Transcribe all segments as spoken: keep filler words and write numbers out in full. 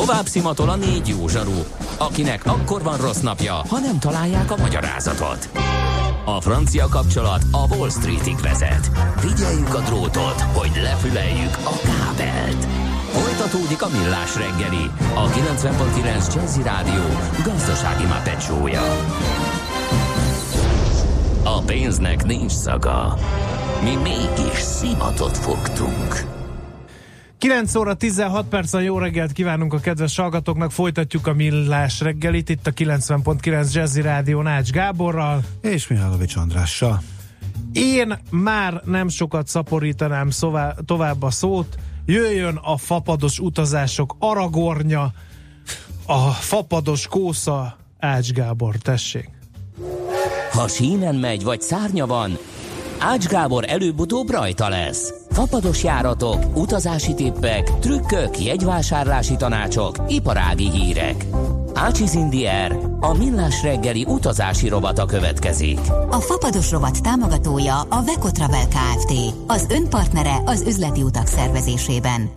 Tovább szimatol a négy jó zsaru, akinek akkor van rossz napja, ha nem találják a magyarázatot. A francia kapcsolat a Wall Streetig vezet. Figyeljük a drótot, hogy lefüleljük a kábelt. Folytatódik a Millás reggeli, a kilencven pont kilenc Jazzy Rádió gazdasági mápecsója. A pénznek nincs szaga. Mi mégis szimatot fogtunk. kilenc óra tizenhat percen jó reggelt kívánunk a kedves hallgatóknak, folytatjuk a Millás reggelit itt a kilencven pont kilenc Jazzy Rádió Ács Gáborral és Mihálovics Andrással. Én már nem sokat szaporítanám szová, tovább a szót, jöjjön a fapados utazások Aragornya, a fapados kósza. Ács Gábor, tessék. Ha sínen megy vagy szárnya van, Ács Gábor előbb-utóbb rajta lesz. Fapados járatok, utazási tippek, trükkök, jegyvásárlási tanácsok, iparági hírek. Ácsiz Indiér, a Millás reggeli utazási rovata következik. A Fapados rovat támogatója a Veko Travel Kft. Az önpartnere az üzleti utak szervezésében.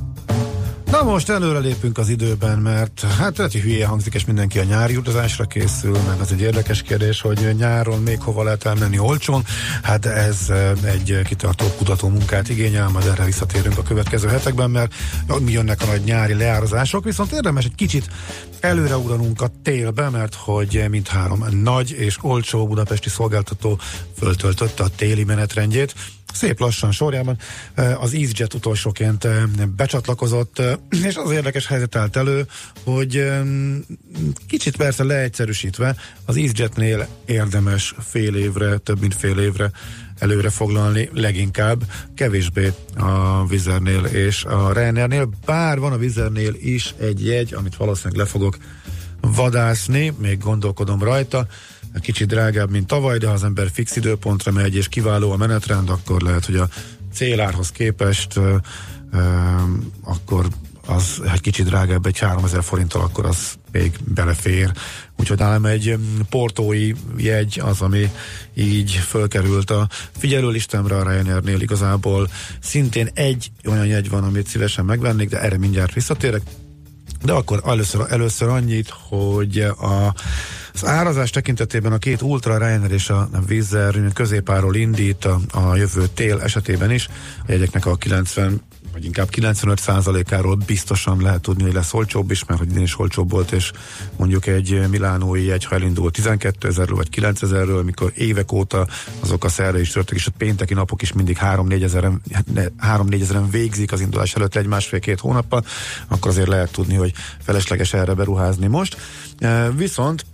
Na most előre lépünk az időben, mert hát lehet, hogy hülye hangzik, és mindenki a nyári utazásra készül, meg az egy érdekes kérdés, hogy nyáron még hova lehet elmenni olcsón. Hát ez egy kitartó kutató munkát igényel, majd erre visszatérünk a következő hetekben, mert jönnek a nagy nyári leárazások, viszont érdemes egy kicsit előreugranunk a télbe, mert hogy mindhárom nagy és olcsó budapesti szolgáltató föltöltötte a téli menetrendjét. Szép lassan sorjában az EasyJet utolsóként becsatlakozott, és az érdekes helyzet állt elő, hogy kicsit persze leegyszerűsítve az EasyJetnél érdemes fél évre, több mint fél évre előre foglalni, leginkább, kevésbé a Wizz Airnél és a Ryanairnél, bár van a Wizz Airnél is egy jegy, amit valószínűleg le fogok vadászni, még gondolkodom rajta, kicsit drágább, mint tavaly, de ha az ember fix időpontra megy, és kiváló a menetrend, akkor lehet, hogy a célárhoz képest euh, euh, akkor az egy kicsit drágább, egy háromezer forinttal, akkor az még belefér. Úgyhogy nálam egy portói jegy az, ami így fölkerült a figyelőlistámra. A Ryanairnél igazából szintén egy olyan jegy van, amit szívesen megvennék, de erre mindjárt visszatérek. De akkor először, először annyit, hogy a az árazás tekintetében a két Ultra, Ryanair és a Wizz Air középáról indít a, a jövő tél esetében is. A jegyeknek a kilencven vagy inkább kilencvenöt százalékáról biztosan lehet tudni, hogy lesz olcsóbb is, mert hogy idén is olcsóbb volt, és mondjuk egy milánói jegy, ha elindul tizenkétezerről vagy kilencezerről, mikor évek óta azok a szerre is törtek, és a pénteki napok is mindig három-négy ezeren, három-négy ezeren végzik az indulás előtt egy másfél-két hónappal, akkor azért lehet tudni, hogy felesleges erre beruházni most. Viszont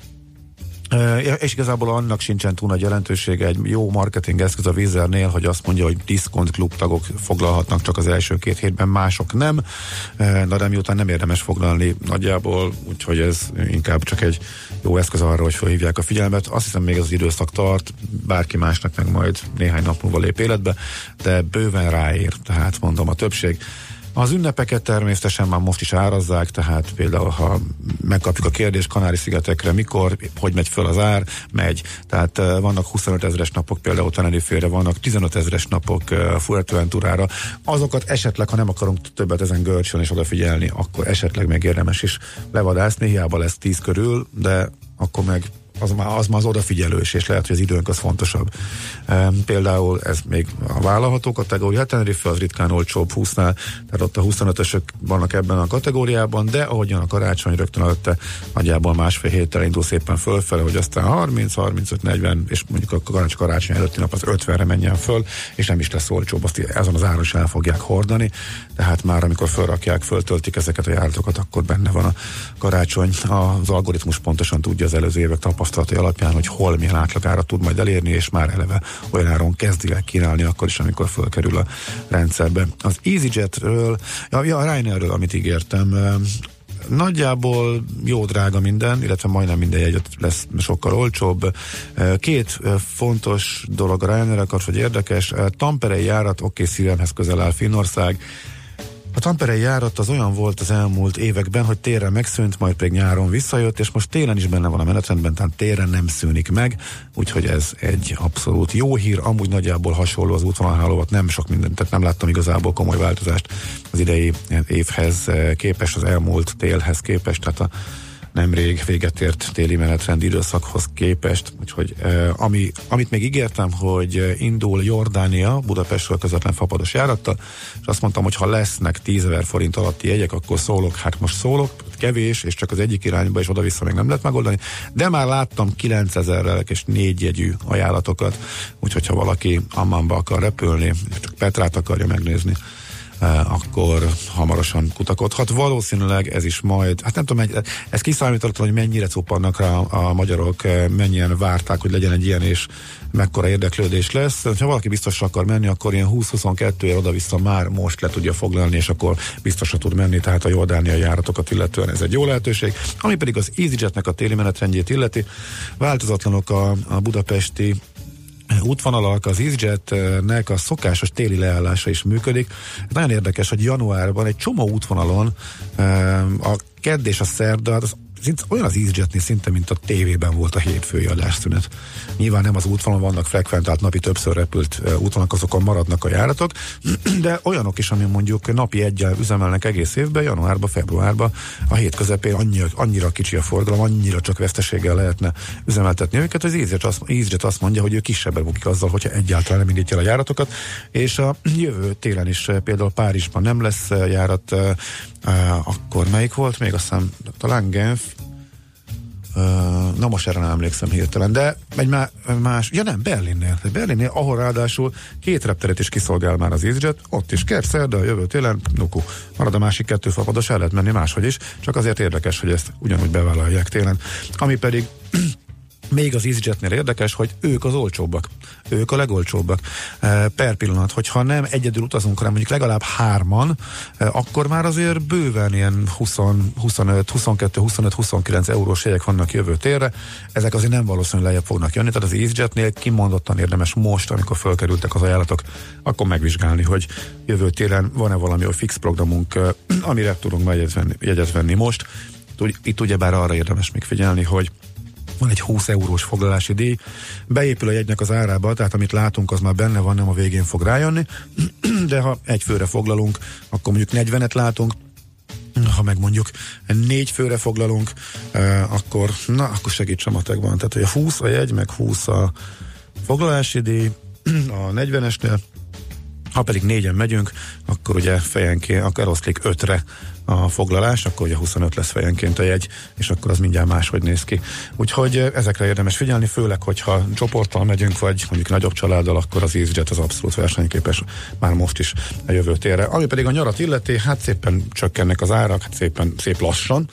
és igazából annak sincsen túl nagy jelentősége, egy jó marketing eszköz a Wizz Airnél, hogy azt mondja, hogy diszkont klub tagok foglalhatnak csak az első két hétben, mások nem, de miután nem érdemes foglalni nagyjából, úgyhogy ez inkább csak egy jó eszköz arra, hogy felhívják a figyelmet. Azt hiszem, még ez az időszak tart, bárki másnak meg majd néhány nap múlva lép életbe, de bőven ráér, tehát mondom, a többség. Az ünnepeket természetesen már most is árazzák, tehát például, ha megkapjuk a kérdést Kanári-szigetekre, mikor, hogy megy föl az ár, megy. Tehát vannak huszonöt ezeres napok például Tenerife-re, vannak tizenöt ezeres napok Fuerteventurára. Azokat esetleg, ha nem akarunk többet ezen görcsön és odafigyelni, akkor esetleg meg érdemes is levadászni, hiába lesz tíz körül, de akkor meg az már, az már az odafigyelős, és lehet, hogy az időnk az fontosabb. E, például ez még a vállalható kategória, Tenerife az ritkán olcsóbb húsznál, tehát ott a huszonötösök vannak ebben a kategóriában, de ahogyan a karácsony rögtön előtte nagyjából másfél héttel indul szépen fölfele, hogy aztán harminc, harmincöt, negyven, és mondjuk a karácsony, karácsony előtti nap az ötvenre menjen föl, és nem is lesz olcsóbb, azt ezen az áron is el fogják hordani, tehát már amikor fölrakják, föltöltik ezeket a járatokat, akkor benne van a karácsony. Az algoritmus pontosan tudja az előző évek tapasztalatai alapján, hogy hol milyen átlagárat tud majd elérni, és már eleve olyan áron kezdi el kínálni akkor is, amikor fölkerül a rendszerbe. Az EasyJetről, ja, ja, a Ryanairről, amit ígértem, nagyjából jó drága minden, illetve majdnem minden jegy lesz sokkal olcsóbb. Két fontos dolog a Ryanair-re, vagy érdekes. Tamperei járat, oké, okay, szívemhez közel áll Finnország. A tamperei járat az olyan volt az elmúlt években, hogy télen megszűnt, majd pedig nyáron visszajött, és most télen is benne van a menetrendben, tehát télen nem szűnik meg, úgyhogy ez egy abszolút jó hír, amúgy nagyjából hasonló az útvonalhálózat, nem sok mindent, tehát nem láttam igazából komoly változást az idei évhez képest, az elmúlt télhez képest, tehát a nemrég véget ért téli menetrend időszakhoz képest, úgyhogy eh, ami, amit még ígértem, hogy indul Jordánia Budapestről közvetlen fapados járattal, és azt mondtam, hogy ha lesznek tízezer forint alatti jegyek, akkor szólok, hát most szólok, kevés, és csak az egyik irányba, és oda-vissza még nem lehet megoldani, de már láttam kilencezerrel és négy jegyű ajánlatokat, úgyhogy ha valaki Ammanba akar repülni, csak Petrát akarja megnézni, akkor hamarosan kutakodhat. Valószínűleg ez is majd, hát nem tudom, ez kiszámítatlan, hogy mennyire cuppannak rá a magyarok, mennyien várták, hogy legyen egy ilyen, és mekkora érdeklődés lesz. Ha valaki biztosra akar menni, akkor ilyen húsz-huszonkettő ér oda-vissza már most le tudja foglalni, és akkor biztosra tud menni, tehát a jordániai járatokat illetően ez egy jó lehetőség. Ami pedig az EasyJetnek a téli menetrendjét illeti, változatlanok a, a budapesti útvonalak, az EasyJetnek a szokásos téli leállása is működik. Ez nagyon érdekes, hogy januárban egy csomó útvonalon a kedd és a szerda, az olyan az EasyJetnél szinte, mint a tévében volt a hétfői adásszünet. Nyilván nem az útvonalon vannak frekventált, napi többször repült útvonalak, azokon maradnak a járatok, de olyanok is, ami mondjuk napi egyel üzemelnek egész évben, januárba, februárba, a hét közepén annyira, annyira kicsi a forgalom, annyira csak veszteséggel lehetne üzemeltetni őket, az EasyJet azt, EasyJet azt mondja, hogy ő kisebbre bukik azzal, hogyha egyáltalán nem indítja a járatokat, és a jövő télen is például Párizsban nem lesz járat, akkor melyik volt? Még azt hiszem, talán Genf. Na most erre nem emlékszem hirtelen, de egy más, ja nem, Berlinnél, Berlinnél, ahol ráadásul két repteret is kiszolgál már az EasyJet, ott is kert, szerda, jövő télen, nuku. Marad a másik kettő fapados, el lehet menni máshogy is, csak azért érdekes, hogy ezt ugyanúgy bevállalják télen. Ami pedig még az EasyJetnél érdekes, hogy ők az olcsóbbak. Ők a legolcsóbbak. E, per pillanat, hogyha nem egyedül utazunk, hanem mondjuk legalább hárman, e, akkor már azért bőven ilyen húsz, huszonöt, huszonkettő, huszonöt, huszonkilenc eurós jegyek vannak jövő térre. Ezek azért nem valószínűleg lejjebb fognak jönni, tehát az EasyJetnél kimondottan érdemes most, amikor fölkerültek az ajánlatok, akkor megvizsgálni, hogy jövő téren van-e valami olyan fix programunk, amire tudunk majd jegyet venni, jegyet venni most. Itt ugyebár arra érdemes még figyelni, hogy van egy húsz eurós foglalási díj, beépül a jegynek az árába, tehát amit látunk, az már benne van, nem a végén fog rájönni, de ha egy főre foglalunk, akkor mondjuk negyvenet látunk, ha meg mondjuk négy főre foglalunk, eh, akkor, na, akkor segíts a matekban, tehát hogy a húsz a jegy, meg húsz a foglalási díj, a negyvenesnél, ha pedig négyen megyünk, akkor ugye fejenként, akkor eloszlik ötre a foglalás, akkor ugye huszonöt lesz fejenként a jegy, és akkor az mindjárt máshogy néz ki. Úgyhogy ezekre érdemes figyelni, főleg, hogyha csoporttal megyünk, vagy mondjuk nagyobb családdal, akkor az EasyJet az abszolút versenyképes már most is a jövő térre. Ami pedig a nyarat illeti, hát szépen csökkennek az árak, hát szépen, szép lassan,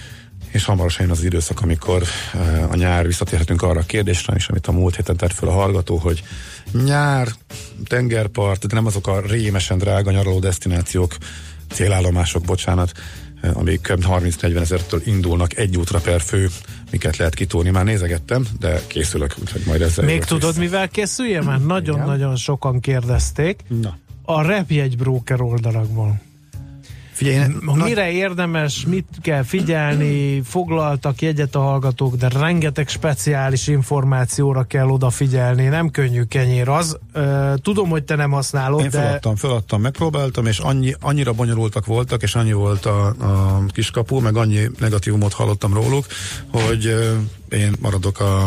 és hamarosan jön az időszak, amikor uh, a nyár, visszatérhetünk arra a kérdésre is, amit a múlt héten tett fel a hallgató, hogy nyár, tengerpart, de nem azok a rémesen drága nyaraló desztinációk, célállomások, bocsánat, uh, amik harminc-negyven ezertől indulnak egy útra per fő, miket lehet kitúrni. Már nézegettem, de készülök, úgyhogy majd ezzel... Még tudod, kész. Mivel készülje? Már nagyon-nagyon sokan kérdezték. Na. A repjegybroker oldalakból. Figyelj, én, mire nagy... érdemes, mit kell figyelni, foglaltak jegyet a hallgatók, de rengeteg speciális információra kell odafigyelni, nem könnyű kenyér az. Tudom, hogy te nem használod, én de... Én feladtam, feladtam, megpróbáltam, és annyi, annyira bonyolultak voltak, és annyi volt a, a kiskapu, meg annyi negatívumot hallottam róluk, hogy én maradok a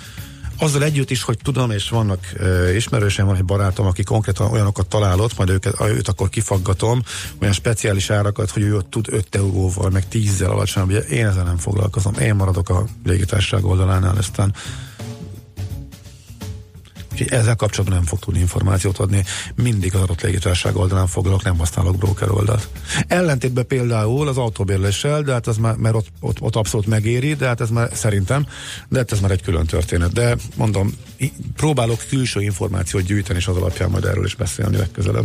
azzal együtt is, hogy tudom, és vannak e, ismerősen, van egy barátom, aki konkrétan olyanokat találott, majd őket, őt akkor kifaggatom, olyan speciális árakat, hogy ő tud öt euróval, meg tízzel alacsonyabb. Én ezzel nem foglalkozom. Én maradok a légitársaság oldalánál, aztán úgyhogy ezzel kapcsolatban nem fog tudni információt adni. Mindig az adott légitársaság oldalán foglalok, nem használok broker oldalt. Ellentétben például az autóbérléssel, de hát ez már, mert ott, ott, ott abszolút megéri, de hát ez már szerintem, de hát ez már egy külön történet. De mondom, próbálok külső információt gyűjteni, és az alapján majd erről is beszélni legközelebb.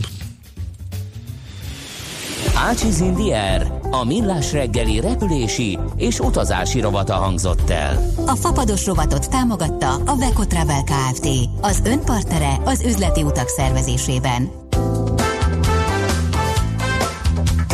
Ácsiz Indiér, a millás reggeli repülési és utazási rovata hangzott el. A fapados rovatot támogatta a Veco Travel Kft. Az önpartnere az üzleti utak szervezésében.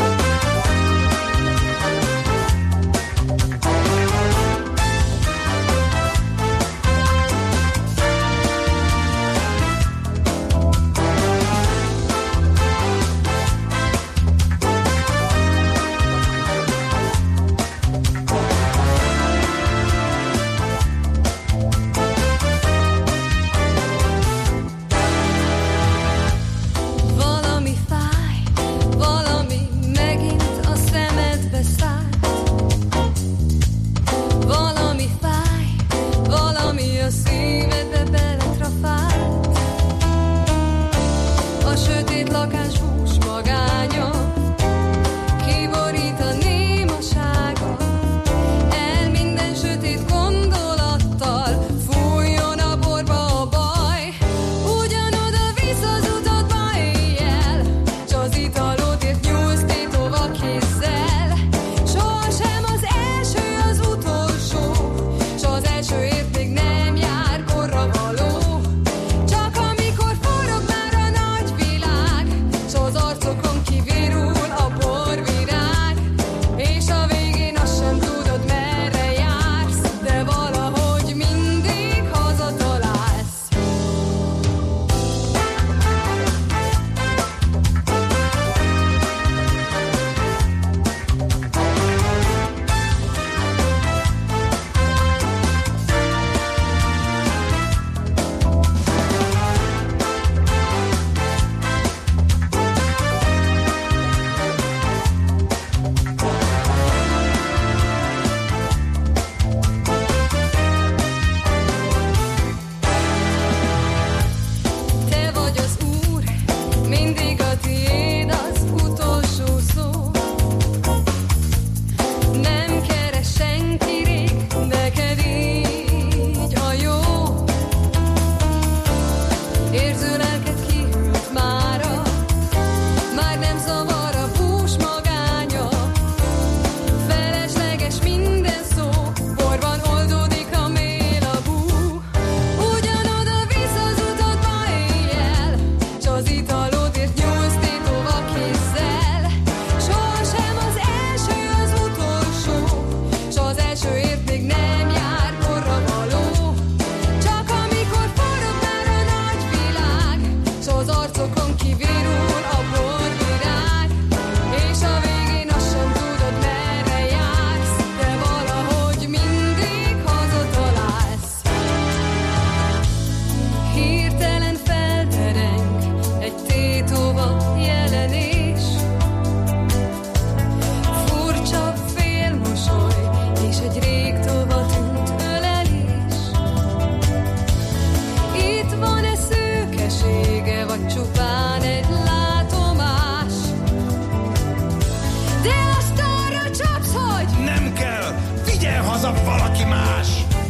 vigyen haza valaki más!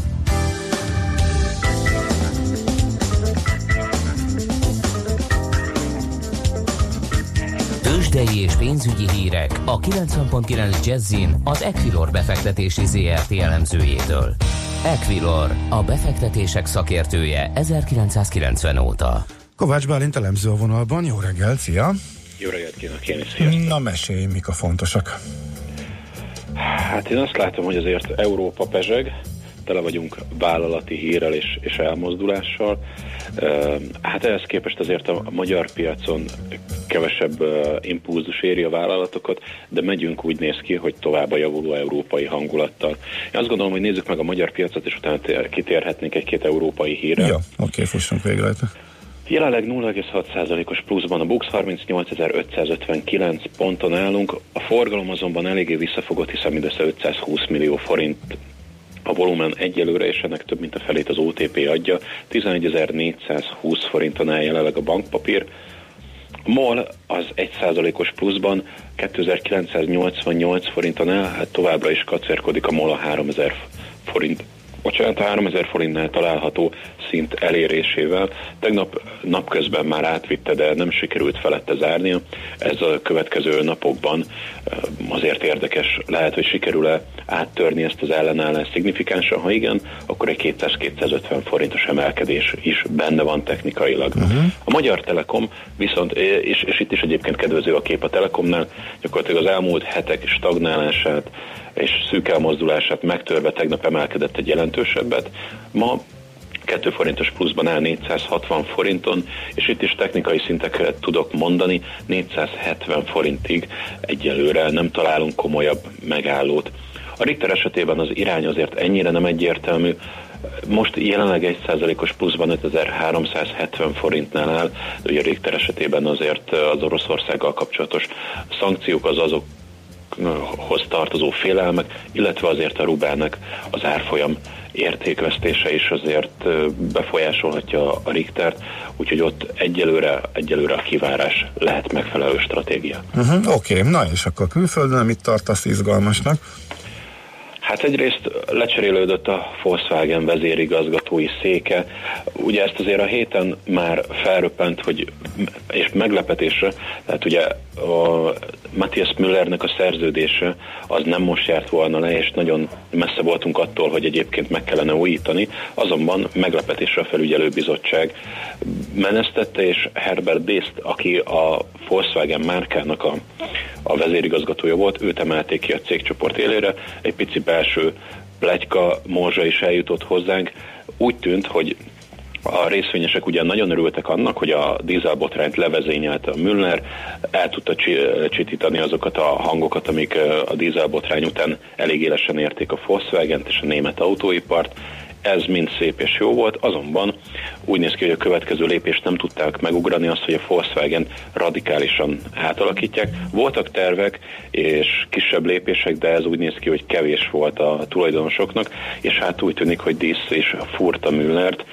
Tőzsdei és pénzügyi hírek a kilencven pont kilenc Jazzin az Equilor befektetési zé er té elemzőjétől. Equilor, a befektetések szakértője ezerkilencszázkilencven óta. Kovács Bálint elemző a vonalban, jó reggelt, szia! Jó reggelt kívánok, én is, sziasztok! Na mesélj, mik a fontosak? Hát én azt látom, hogy azért Európa pezseg, tele vagyunk vállalati hírrel és, és elmozdulással. Hát ehhez képest azért a magyar piacon kevesebb impulzus éri a vállalatokat, de megyünk, úgy néz ki, hogy tovább a javuló európai hangulattal. Én azt gondolom, hogy nézzük meg a magyar piacot, és utána kitérhetnénk egy-két európai hírrel. Ja, oké, fussunk végre rajta. Jelenleg nulla egész hat százalékos pluszban a BUX harmincnyolcezer-ötszázötvenkilenc ponton állunk, a forgalom azonban eléggé visszafogott, hiszen mindössze ötszázhúsz millió forint a volumen egyelőre, és ennek több mint a felét az o té pé adja. tizenegyezer-négyszázhúsz forinton áll jelenleg a bankpapír. A MOL az egy százalékos pluszban kétezer-kilencszáznyolcvannyolc forinton áll, hát továbbra is kacérkodik a MOL a háromezer forint. Bocsánat, a háromezer forintnál található szint elérésével. Tegnap napközben már átvitte, de nem sikerült felette zárnia. Ez a következő napokban azért érdekes lehet, hogy sikerül-e áttörni ezt az ellenállást szignifikánsan. Ha igen, akkor egy kétszáz-kétszázötven forintos emelkedés is benne van technikailag. Uh-huh. A Magyar Telekom viszont, és, és itt is egyébként kedvező a kép a Telekomnál, gyakorlatilag az elmúlt hetek stagnálását és szűk elmozdulását megtörve tegnap emelkedett egy jelentősebbet. Ma két forintos pluszban áll négyszázhatvan forinton, és itt is technikai szinteket tudok mondani, négyszázhetven forintig egyelőre nem találunk komolyabb megállót. A Richter esetében az irány azért ennyire nem egyértelmű, most jelenleg egy százalékos pluszban ötezer-háromszázhetven forintnál áll, de ugye a Richter esetében azért az Oroszországgal kapcsolatos szankciók az azok hoz tartozó félelmek, illetve azért a rubelnek az árfolyam értékvesztése is azért befolyásolhatja a Richtert, úgyhogy ott egyelőre, egyelőre a kivárás lehet megfelelő stratégia. Uh-huh, Oké, okay. Na és akkor külföldön mit tartasz izgalmasnak? Hát egyrészt lecserélődött a Volkswagen vezérigazgatói széke. Ugye ezt azért a héten már felröppent, hogy, és meglepetésre, tehát ugye a Matthias Müllernek a szerződése az nem most járt volna le, és nagyon messze voltunk attól, hogy egyébként meg kellene újítani, azonban meglepetésre a felügyelőbizottság menesztette, és Herbert Diess, aki a Volkswagen márkának a, a vezérigazgatója volt, őt emelték ki a cégcsoport élére. Egy pici belső pletyka morzsa is eljutott hozzánk. Úgy tűnt, hogy a részvényesek ugyan nagyon örültek annak, hogy a dízelbotrányt levezényelte a Müller, el tudta csitítani azokat a hangokat, amik a dízelbotrány után elég élesen érték a Volkswagent és a német autóipart. Ez mind szép és jó volt, azonban úgy néz ki, hogy a következő lépést nem tudták megugrani, azt, hogy a Volkswagen radikálisan átalakítják. Voltak tervek és kisebb lépések, de ez úgy néz ki, hogy kevés volt a tulajdonosoknak, és hát úgy tűnik, hogy Diess is fúrta Müllert.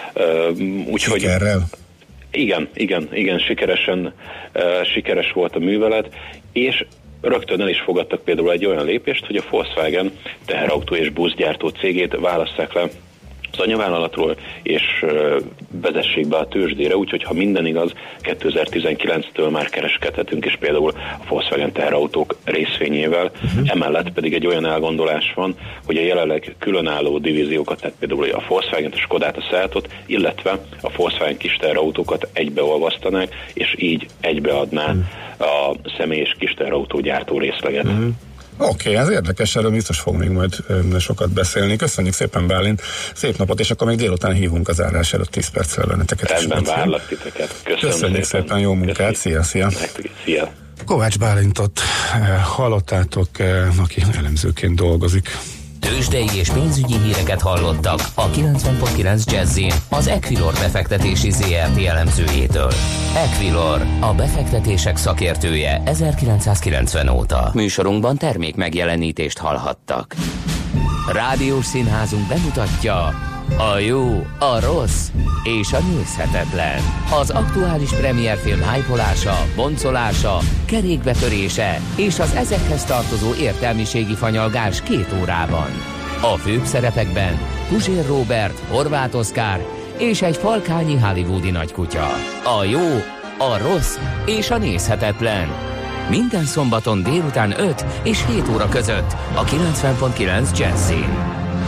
Úgyhogy sikerrel? Igen, igen, igen, sikeresen, uh, sikeres volt a művelet, és rögtön el is fogadtak például egy olyan lépést, hogy a Volkswagen teherautó és buszgyártó cégét válasszák le az anyavállalatról, és vezessék be a tőzsdére, úgyhogy ha minden igaz, kétezer-tizenkilenctől már kereskedhetünk is például a Volkswagen teherautók részvényével. Uh-huh. Emellett pedig egy olyan elgondolás van, hogy a jelenleg különálló divíziókat, tehát például a Volkswagen, a Skodát, a Seatot, illetve a Volkswagen kis teherautókat egybeolvasztanák, és így egybeadná uh-huh. a személy- és kis teherautó gyártó részleget. Uh-huh. Oké, okay, ez érdekes, erről biztos fog még majd ö, sokat beszélni. Köszönjük szépen, Bálint, szép napot, és akkor még délután hívunk az árás előtt tíz perccel benneteket. Rendben, várlak titeket. Köszönöm Köszönjük szépen, szépen jó munkát, szia, szia. Szia. Kovács Bálintot eh, hallottátok, eh, aki elemzőként dolgozik. Tőzsdei és pénzügyi híreket hallottak a kilencven pont kilenc Jazzin az Equilor befektetési zé er té elemzőjétől. Equilor, a befektetések szakértője ezerkilencszázkilencven óta. Műsorunkban termék megjelenítést hallhattak. Rádiós színházunk bemutatja A jó, a rossz és a nézhetetlen. Az aktuális premierfilm hype-olása, boncolása, kerékbetörése és az ezekhez tartozó értelmiségi fanyalgás két órában. A főbb szerepekben Puzsér Róbert, Horváth Oszkár és egy falkányi hollywoodi nagykutya. A jó, a rossz és a nézhetetlen. Minden szombaton délután öt és hét óra között a kilencven pont kilenc Jazzin.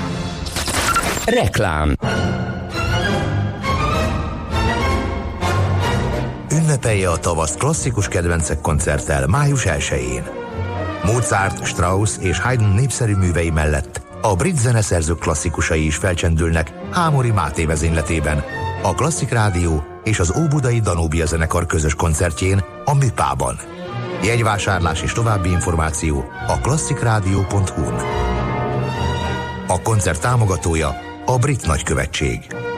Reklám. Ünnepelje a tavaszt klasszikus kedvencek koncerttel május elsején. Mozart, Strauss és Haydn népszerű művei mellett a brit zeneszerzők klasszikusai is felcsendülnek Hámori Máté vezényletében a Klasszik Rádió és az Óbudai Danubia zenekar közös koncertjén a Műpában. Jegyvásárlás és további információ a klasszikrádió pont hu-n. A koncert támogatója a Brit Nagykövetség.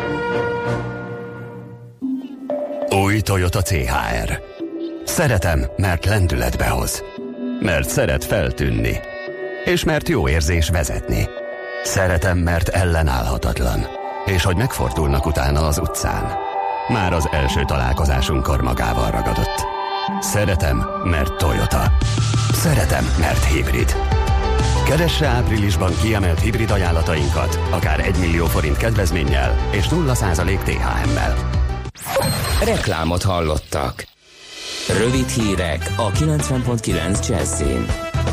Új Toyota cé há er. Szeretem, mert lendületbe hoz. Mert szeret feltűnni. És mert jó érzés vezetni. Szeretem, mert ellenállhatatlan. És hogy megfordulnak utána az utcán. Már az első találkozásunkkor magával ragadott. Szeretem, mert Toyota. Szeretem, mert hibrid. Keresse áprilisban kiemelt hibrid ajánlatainkat, akár egy millió forint kedvezménnyel és nulla százalék té há emmel. Reklámot hallottak. Rövid hírek a kilencven pont kilenc Jazzin.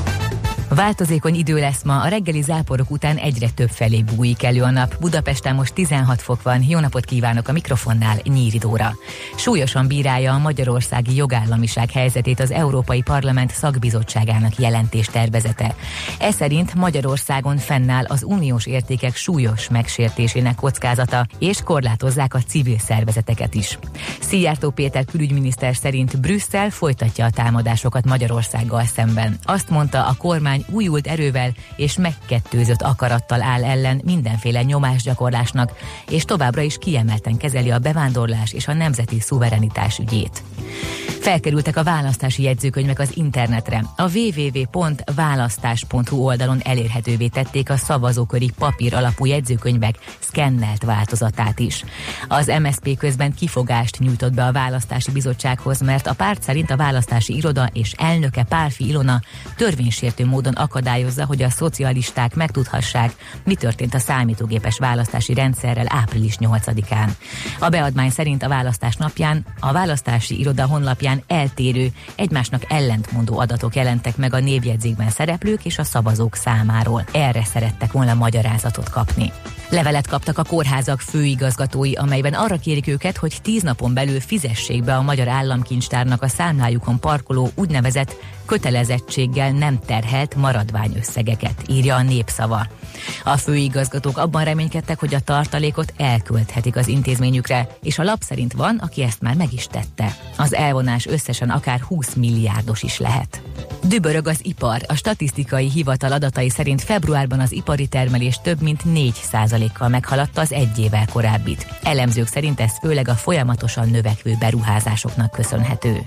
Változékony idő lesz ma, a reggeli záporok után egyre több felé bújik elő a nap. Budapesten most tizenhat fok van, jó napot kívánok, a mikrofonnál Nyíri Dóra. Súlyosan bírálja a magyarországi jogállamiság helyzetét az Európai Parlament szakbizottságának jelentéstervezete. Ez szerint Magyarországon fennáll az uniós értékek súlyos megsértésének kockázata, és korlátozzák a civil szervezeteket is. Szijjártó Péter külügyminiszter szerint Brüsszel folytatja a támadásokat Magyarországgal szemben. Azt mondta, a kormány újult erővel és megkettőzött akarattal áll ellen mindenféle nyomásgyakorlásnak, és továbbra is kiemelten kezeli a bevándorlás és a nemzeti szuverenitás ügyét. Felkerültek a választási jegyzőkönyvek az internetre. A double-u double-u double-u pont választás pont hu oldalon elérhetővé tették a szavazóköri papír alapú jegyzőkönyvek szkennelt változatát is. Az em es zé pé közben kifogást nyújtott be a választási bizottsághoz, mert a párt szerint a választási iroda és elnöke Pálfi Ilona törvénysértő módon akadályozza, hogy a szocialisták megtudhassák, mi történt a számítógépes választási rendszerrel április nyolcadikán. A beadmány szerint a választás napján a választási iroda honlapján eltérő, egymásnak ellentmondó adatok jelentek meg a névjegyzékben szereplők és a szavazók számáról. Erre szerettek volna magyarázatot kapni. Levelet kaptak a kórházak főigazgatói, amelyben arra kérik őket, hogy tíz napon belül fizessék be a Magyar Államkincstárnak a számlájukon parkoló úgynevezett kötelezettséggel nem terhelt maradványösszegeket, írja a Népszava. A főigazgatók abban reménykedtek, hogy a tartalékot elkölthetik az intézményükre, és a lap szerint van, aki ezt már meg is tette. Az elvonás összesen akár húsz milliárdos is lehet. Dübörög az ipar. A statisztikai hivatal adatai szerint februárban az ipari termelés több mint négy százalékkal meghaladta az egy évvel korábbit. Elemzők szerint ez főleg a folyamatosan növekvő beruházásoknak köszönhető.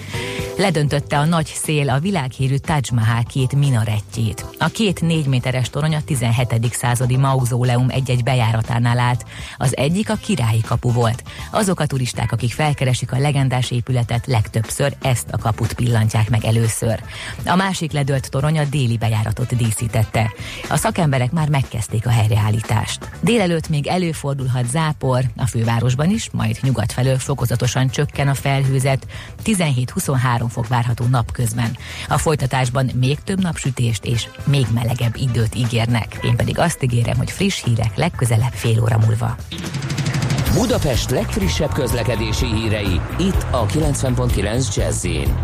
Ledöntötte a nagy szél a világhírű Taj Mahal két minarettjét. A két négy méteres torony a tizenhetedik századi mauzóleum egy-egy bejáratánál állt. Az egyik a Királyi kapu volt. Azok a turisták, akik felkeresik a legendás épületet, legtöbbször ezt a kaput pillantják meg először. A másik ledölt torony a déli bejáratot díszítette. A szakemberek már megkezdték a helyreállítást. Délelőtt még előfordulhat zápor, a fővárosban is, majd nyugat felől fokozatosan csökken a felhőzet, tizenhét-huszonhárom fok várható napközben. A folytatásban még több napsütést és még melegebb időt ígérnek. Én pedig azt ígérem, hogy friss hírek legközelebb fél óra múlva. Budapest legfrissebb közlekedési hírei, itt a kilencven pont kilenc Jazz-in.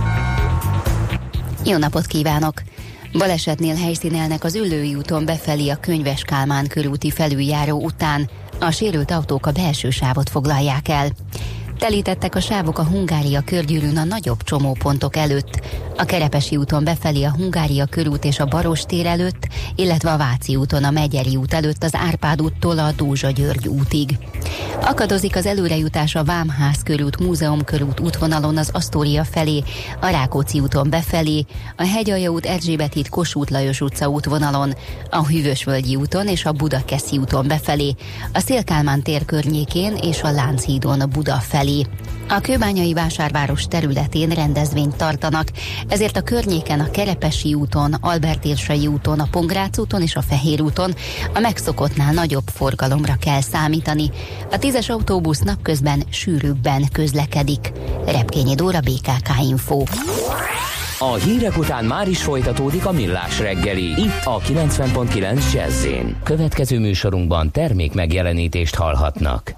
Jó napot kívánok! Balesetnél helyszínelnek az Üllői úton befelé a Könyves Kálmán körúti felüljáró után. A sérült autók a belső sávot foglalják el. Telítettek a sávok a Hungária körgyűrűn a nagyobb csomópontok előtt, a Kerepesi úton befelé a Hungária körút és a Barostér előtt, illetve a Váci úton a Megyeri út előtt az Árpád úttól a Dózsa-György útig. Akadozik az előrejutás a Vámház körút, Múzeum körút útvonalon az Asztória felé, a Rákóczi úton befelé, a Hegyalja út, Erzsébet híd, Kossuth Lajos utca útvonalon, a Hűvösvölgyi úton és a Budakeszi úton befelé, a Széll-Kálmán tér környékén és a Lánchídon Buda felé. A kőbányai vásárváros területén rendezvényt tartanak, ezért a környéken a Kerepesi úton, Albert-érsai úton, a Pongrác úton és a Fehér úton a megszokottnál nagyobb forgalomra kell számítani. A tízes autóbusz napközben sűrűbben közlekedik. Repkényi Dóra, bé ká ká Info. A hírek után már is folytatódik a Millás reggeli, itt a kilencven pont kilenc Jazz-én. Következő műsorunkban termék megjelenítést hallhatnak.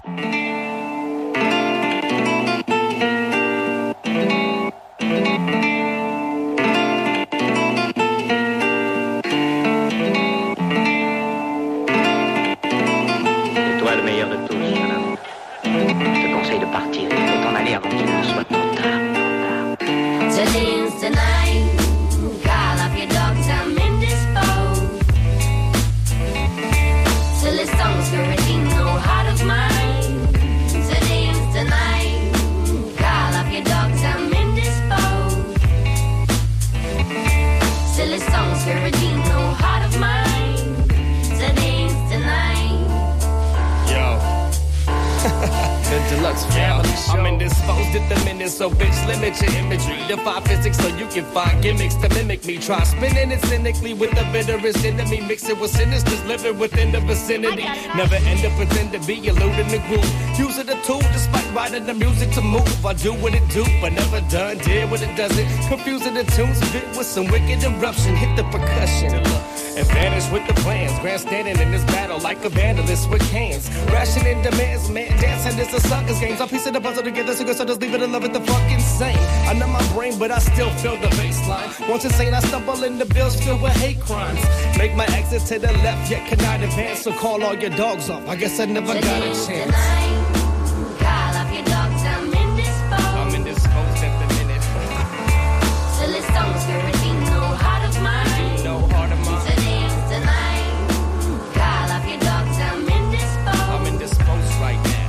I'm indisposed at the minute, so bitch, limit your imagery. Defy physics so you can find gimmicks to mimic me. Try spinning it cynically with the bitterest enemy. Mix it with sinisters living within the vicinity. Never end up pretend to be eluding the groove. Use it a tool despite writing the music to move. I do what it do, but never done did what it doesn't. Confusing the tunes a bit with some wicked eruption. Hit the percussion and vanish with the plans. Grandstanding in this battle like a vandalist with cans. Rationing demands, man, dancing is a sucker's games. I piece of the puzzle together, so just leave it in love with the fucking same. I know my brain, but I still feel the baseline. Once insane, I stumble into bills filled with hate crimes. Make my exit to the left, yet cannot advance. So call all your dogs off. I guess I never got a chance. Call off your dogs, I'm indisposed. I'm indisposed at the minute. Silly songs, there is no heart of mine. No heart of mine. Today's the night. Call off your dogs, I'm indisposed. I'm indisposed right now.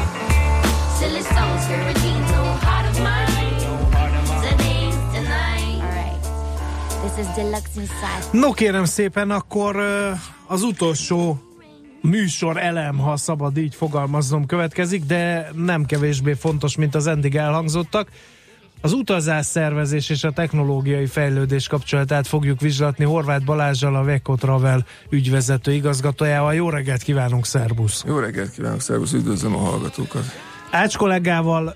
Silly songs, there is no heart of mine. No heart of mine. Today's the night. All right. This is Deluxe Inside. No kérem szépen, akkor az utolsó műsor elem, ha szabad így fogalmaznom, következik, de nem kevésbé fontos, mint az eddig elhangzottak. Az utazásszervezés és a technológiai fejlődés kapcsolatát fogjuk vizslatni Horváth Balázsral, a Veco Travel ügyvezető igazgatójával. Jó reggelt kívánunk, szervusz! Jó reggelt kívánok, szervusz, üdvözlöm a hallgatókat! Ács kollégával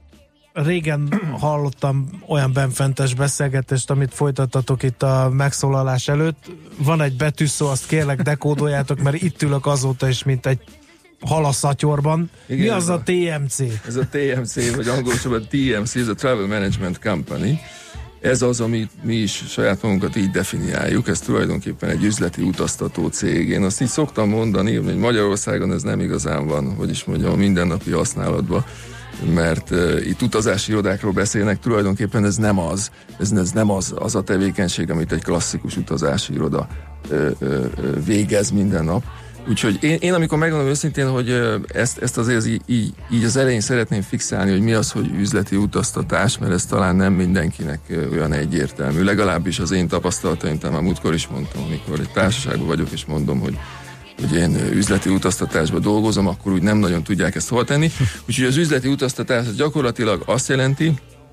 régen hallottam olyan benfentes beszélgetést, amit folytattatok itt a megszólalás előtt. Van egy betűszó, azt kérlek dekódoljátok, mert itt ülök azóta is, mint egy hal a szatyorban. Igen, mi az a, a té em cé? Ez a té em cé, vagy angolosabban té em cé, ez a Travel Management Company. Ez az, amit mi is saját magunkat így definiáljuk, ez tulajdonképpen egy üzleti utaztató cég. Én azt így szoktam mondani, hogy Magyarországon ez nem igazán van, hogy is mondjam, a mindennapi használatban, mert uh, itt utazási irodákról beszélnek, tulajdonképpen ez nem az, ez, ez nem az, az a tevékenység, amit egy klasszikus utazási iroda uh, uh, végez minden nap. Úgyhogy én, én amikor megmondom őszintén, hogy uh, ezt, ezt azért így, így, így az elején szeretném fixálni, hogy mi az, hogy üzleti utaztatás, mert ez talán nem mindenkinek uh, olyan egyértelmű. Legalábbis az én tapasztalataim, talán már múltkor is mondtam, amikor egy társaságban vagyok, és mondom, hogy hogy én üzleti utaztatásban dolgozom, akkor úgy nem nagyon tudják ezt hol tenni. Úgyhogy az üzleti utaztatás gyakorlatilag azt jelenti,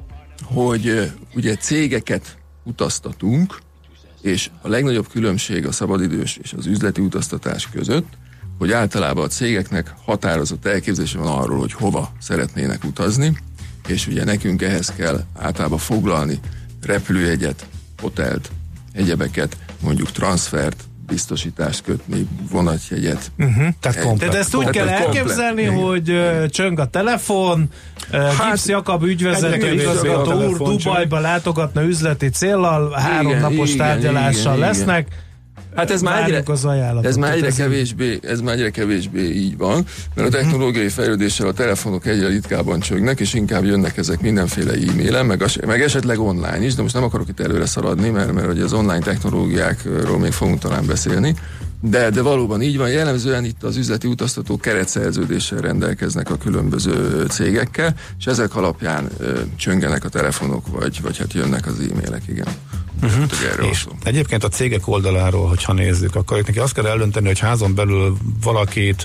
hogy ugye cégeket utaztatunk, és a legnagyobb különbség a szabadidős és az üzleti utaztatás között, hogy általában a cégeknek határozott elképzelése van arról, hogy hova szeretnének utazni, és ugye nekünk ehhez kell általában foglalni repülőjegyet, hotelt, egyebeket, mondjuk transfert, biztosítást kötni, vonatjegyet. Uh-huh. Tehát de ezt úgy kell elképzelni, komplet, hogy uh, csöng a telefon, uh, hát, Gipsz Jakab ügyvezető igazgató úr Dubajba látogatna üzleti céllal, három igen, napos igen, tárgyalással igen, lesznek. Hát ez már egyre, az ajánlatot. ez már egyre ez kevésbé, ez már egyre kevésbé így van, mert a technológiai fejlődéssel a telefonok egyre ritkában csöngnek, és inkább jönnek ezek mindenféle e-mailen, meg, as, meg esetleg online is, de most nem akarok itt előre szaladni, mert, mert ugye az online technológiákról még fogunk talán beszélni, de, de valóban így van, jellemzően itt az üzleti utaztatók keretszerződéssel rendelkeznek a különböző cégekkel, és ezek alapján ö, csöngenek a telefonok, vagy, vagy hát jönnek az e-mailek, igen. Uh-huh. És egyébként a cégek oldaláról, hogyha nézzük, akkor neki azt kell eldönteni, hogy házon belül valakit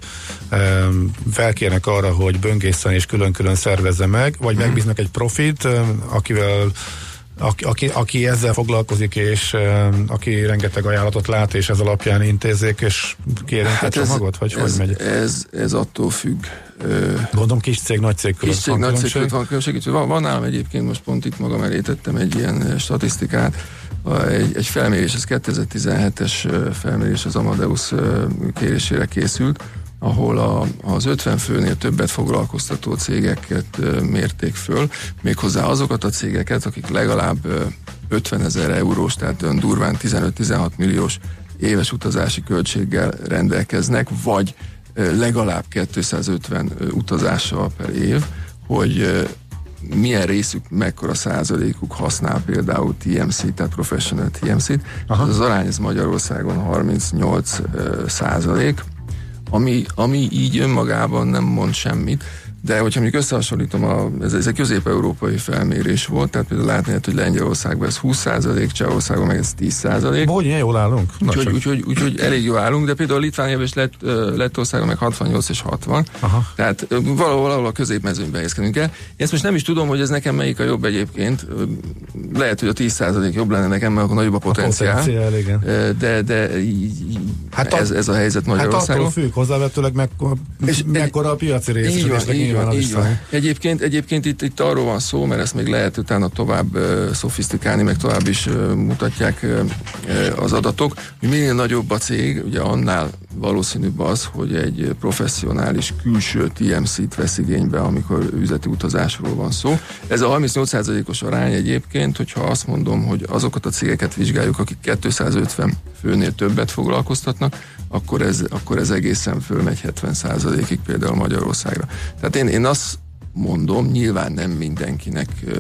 um, felkérnek arra, hogy böngészen és külön-külön szervezze meg, vagy uh-huh. megbíznak egy profit, um, akivel Aki, aki, aki ezzel foglalkozik, és uh, aki rengeteg ajánlatot lát, és ez alapján intézzék, és kérünk hát egy csomagot, vagy ez, hogy megy? Ez, ez attól függ. Gondolom kis cég, nagy cég között kis cég, van nagy cég között van különbség. Van, van nálam egyébként, most pont itt magam elé tettem egy ilyen statisztikát, egy, egy felmérés, ez kétezer-tizenhetes felmérés az Amadeus kérésére készült, ahol a, az ötven főnél többet foglalkoztató cégeket mérték föl, méghozzá azokat a cégeket, akik legalább ötvenezer eurós, tehát durván tizenöt-tizenhat milliós éves utazási költséggel rendelkeznek, vagy legalább kétszázötven utazással per év, hogy milyen részük, mekkora százalékuk használ például té em cé, tehát Professional té em cé-t. Az arány ez Magyarországon harmincnyolc százalék, Ami, ami így önmagában nem mond semmit, de hogyha mondjuk összehasonlítom, a, ez, ez egy közép-európai felmérés volt, tehát például látni lehet, hogy Lengyelországban ez húsz százalék, Csehországban meg ez tíz százalék. Hogy ilyen jól állunk? Úgyhogy úgy, úgy, úgy, úgy elég jól állunk, de például Litvániában és Lett, Lettországban meg hatvannyolc és hatvan. Aha. Tehát valahol, valahol a középmezőnybe helyezkedünk el. Én ezt most nem is tudom, hogy ez nekem melyik a jobb egyébként. Lehet, hogy a tíz százalék jobb lenne nekem, mert akkor nagyobb a potenciál. A potenciál igen. De, de így, hát ez, ez a helyzet Magyarországon. Hát attól függ, hozzávetőleg meg, mekkora a piaci részt. Így van, így van. Egyébként, egyébként itt, itt arról van szó, mert ezt még lehet utána tovább uh, szofisztikálni, meg tovább is uh, mutatják uh, uh, az adatok, hogy minél nagyobb a cég, ugye annál valószínűbb az, hogy egy professzionális külső té em cé-t vesz igénybe, amikor üzleti utazásról van szó. Ez a harmincnyolc százalékos arány egyébként, hogyha azt mondom, hogy azokat a cégeket vizsgáljuk, akik kétszázötven főnél többet foglalkoztatnak, akkor ez, akkor ez egészen fölmegy hetven százalékig például Magyarországra. Tehát én, én azt mondom, nyilván nem mindenkinek ö,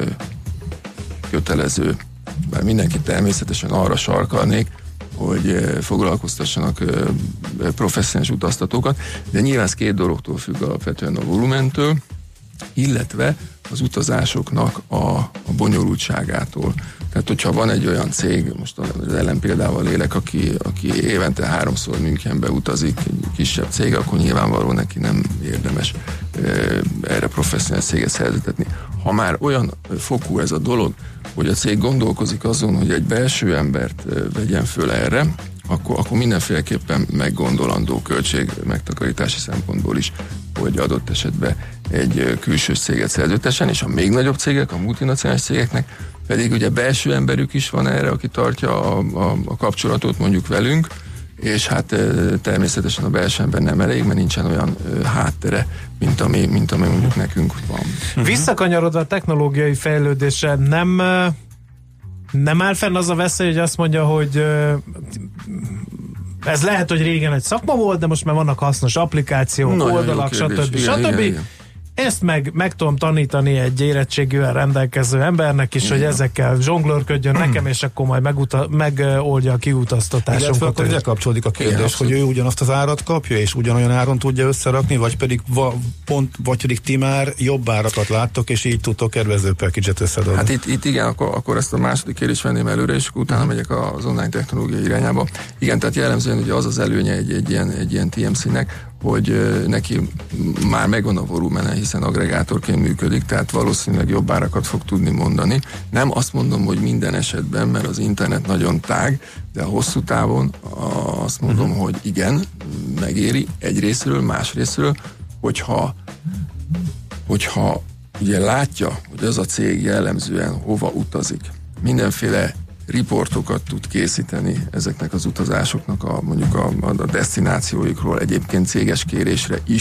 kötelező, bár mindenki természetesen arra sarkalnék, hogy ö, foglalkoztassanak ö, professzionális utaztatókat, de nyilván ez két dologtól függ alapvetően a volumentől, illetve az utazásoknak a, a bonyolultságától. Tehát, hogyha van egy olyan cég, most az ellenpéldával élek, aki, aki évente háromszor Münchenbe utazik, egy kisebb cég, akkor nyilvánvalóan neki nem érdemes e, erre professzionális céget szerződtetni. Ha már olyan fokú ez a dolog, hogy a cég gondolkozik azon, hogy egy belső embert vegyen föl erre, akkor, akkor mindenféleképpen meggondolandó költség megtakarítási szempontból is, hogy adott esetben egy külső céget szerződtessen, és a még nagyobb cégek, a multinacionális cégeknek pedig ugye belső emberük is van erre, aki tartja a, a, a kapcsolatot mondjuk velünk, és hát természetesen a belső ember nem elég, mert nincsen olyan háttere, mint ami, mint ami mondjuk nekünk van. Visszakanyarodva a technológiai fejlődésre, nem, nem áll fenn az a veszély, hogy azt mondja, hogy ez lehet, hogy régen egy szakma volt, de most már vannak hasznos applikációk, nagyon oldalak, stb. Igen, stb. Igen, igen. Ezt meg, meg tudom tanítani egy érettségűen rendelkező embernek is, igen, hogy ezekkel zsonglőrködjön nekem, és akkor majd meguta, megoldja a kiutaztatásunkat. Illetve akkor ide kapcsolódik a kérdés, igen, hogy ő ugyanazt az árat kapja, és ugyanolyan áron tudja összerakni, vagy pedig, va, pont, vagy pedig ti már jobb árakat láttok, és így tudtok kedvező package-et összedobni. Hát itt, itt igen, akkor, akkor ezt a második kérdést venném előre, és akkor utána megyek az online technológia irányába. Igen, tehát jellemzően ugye az az előnye egy, egy ilyen, egy ilyen té em cé-nek, hogy neki már megvan a volumene, hiszen agregátorként működik, tehát valószínűleg jobb árakat fog tudni mondani. Nem azt mondom, hogy minden esetben, mert az internet nagyon tág, de a hosszú távon azt mondom, uh-huh. hogy igen, megéri egy részről, más részről, hogyha, hogyha ugye látja, hogy az a cég jellemzően hova utazik, mindenféle riportokat tud készíteni ezeknek az utazásoknak a, mondjuk a, a desztinációikról, egyébként céges kérésre is